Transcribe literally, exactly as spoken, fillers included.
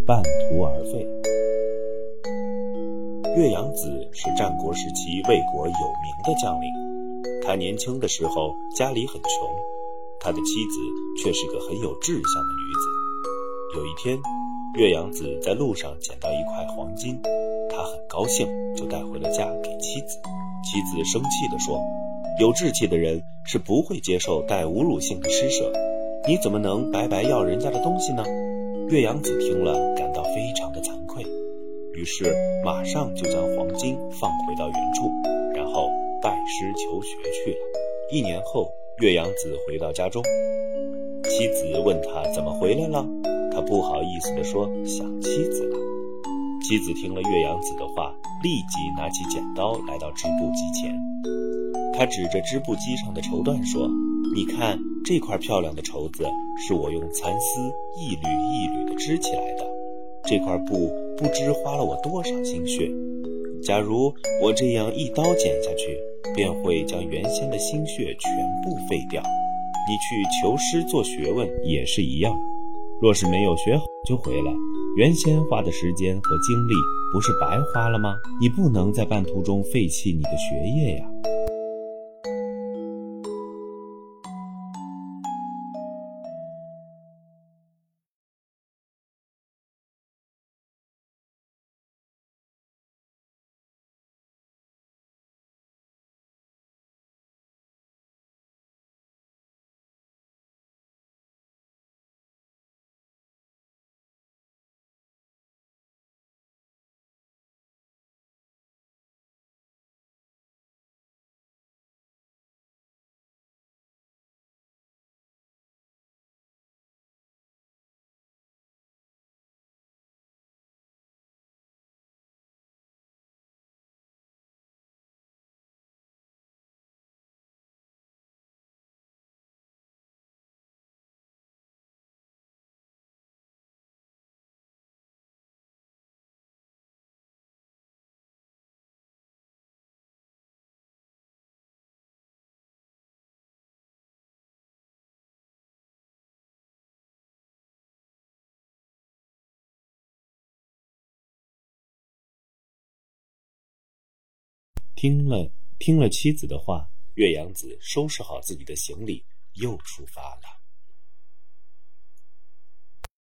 半途而废。岳阳子是战国时期魏国有名的将领，他年轻的时候家里很穷，他的妻子却是个很有志向的女子。有一天，岳阳子在路上捡到一块黄金，他很高兴，就带回了家给妻子。妻子生气地说，有志气的人是不会接受带侮辱性的施舍，你怎么能白白要人家的东西呢？岳阳子听了感到非常的惭愧，于是马上就将黄金放回到原处，然后拜师求学去了。一年后，岳阳子回到家中，妻子问他怎么回来了，他不好意思地说想妻子了。妻子听了岳阳子的话，立即拿起剪刀来到织布机前，他指着织布机上的绸缎说，你看这块漂亮的绸子是我用蚕丝一缕一缕地织起来的，这块布不知花了我多少心血，假如我这样一刀剪下去，便会将原先的心血全部废掉。你去求师做学问也是一样，若是没有学好就回来，原先花的时间和精力不是白花了吗？你不能在半途中废弃你的学业呀。听了听了妻子的话，岳阳子收拾好自己的行李，又出发了。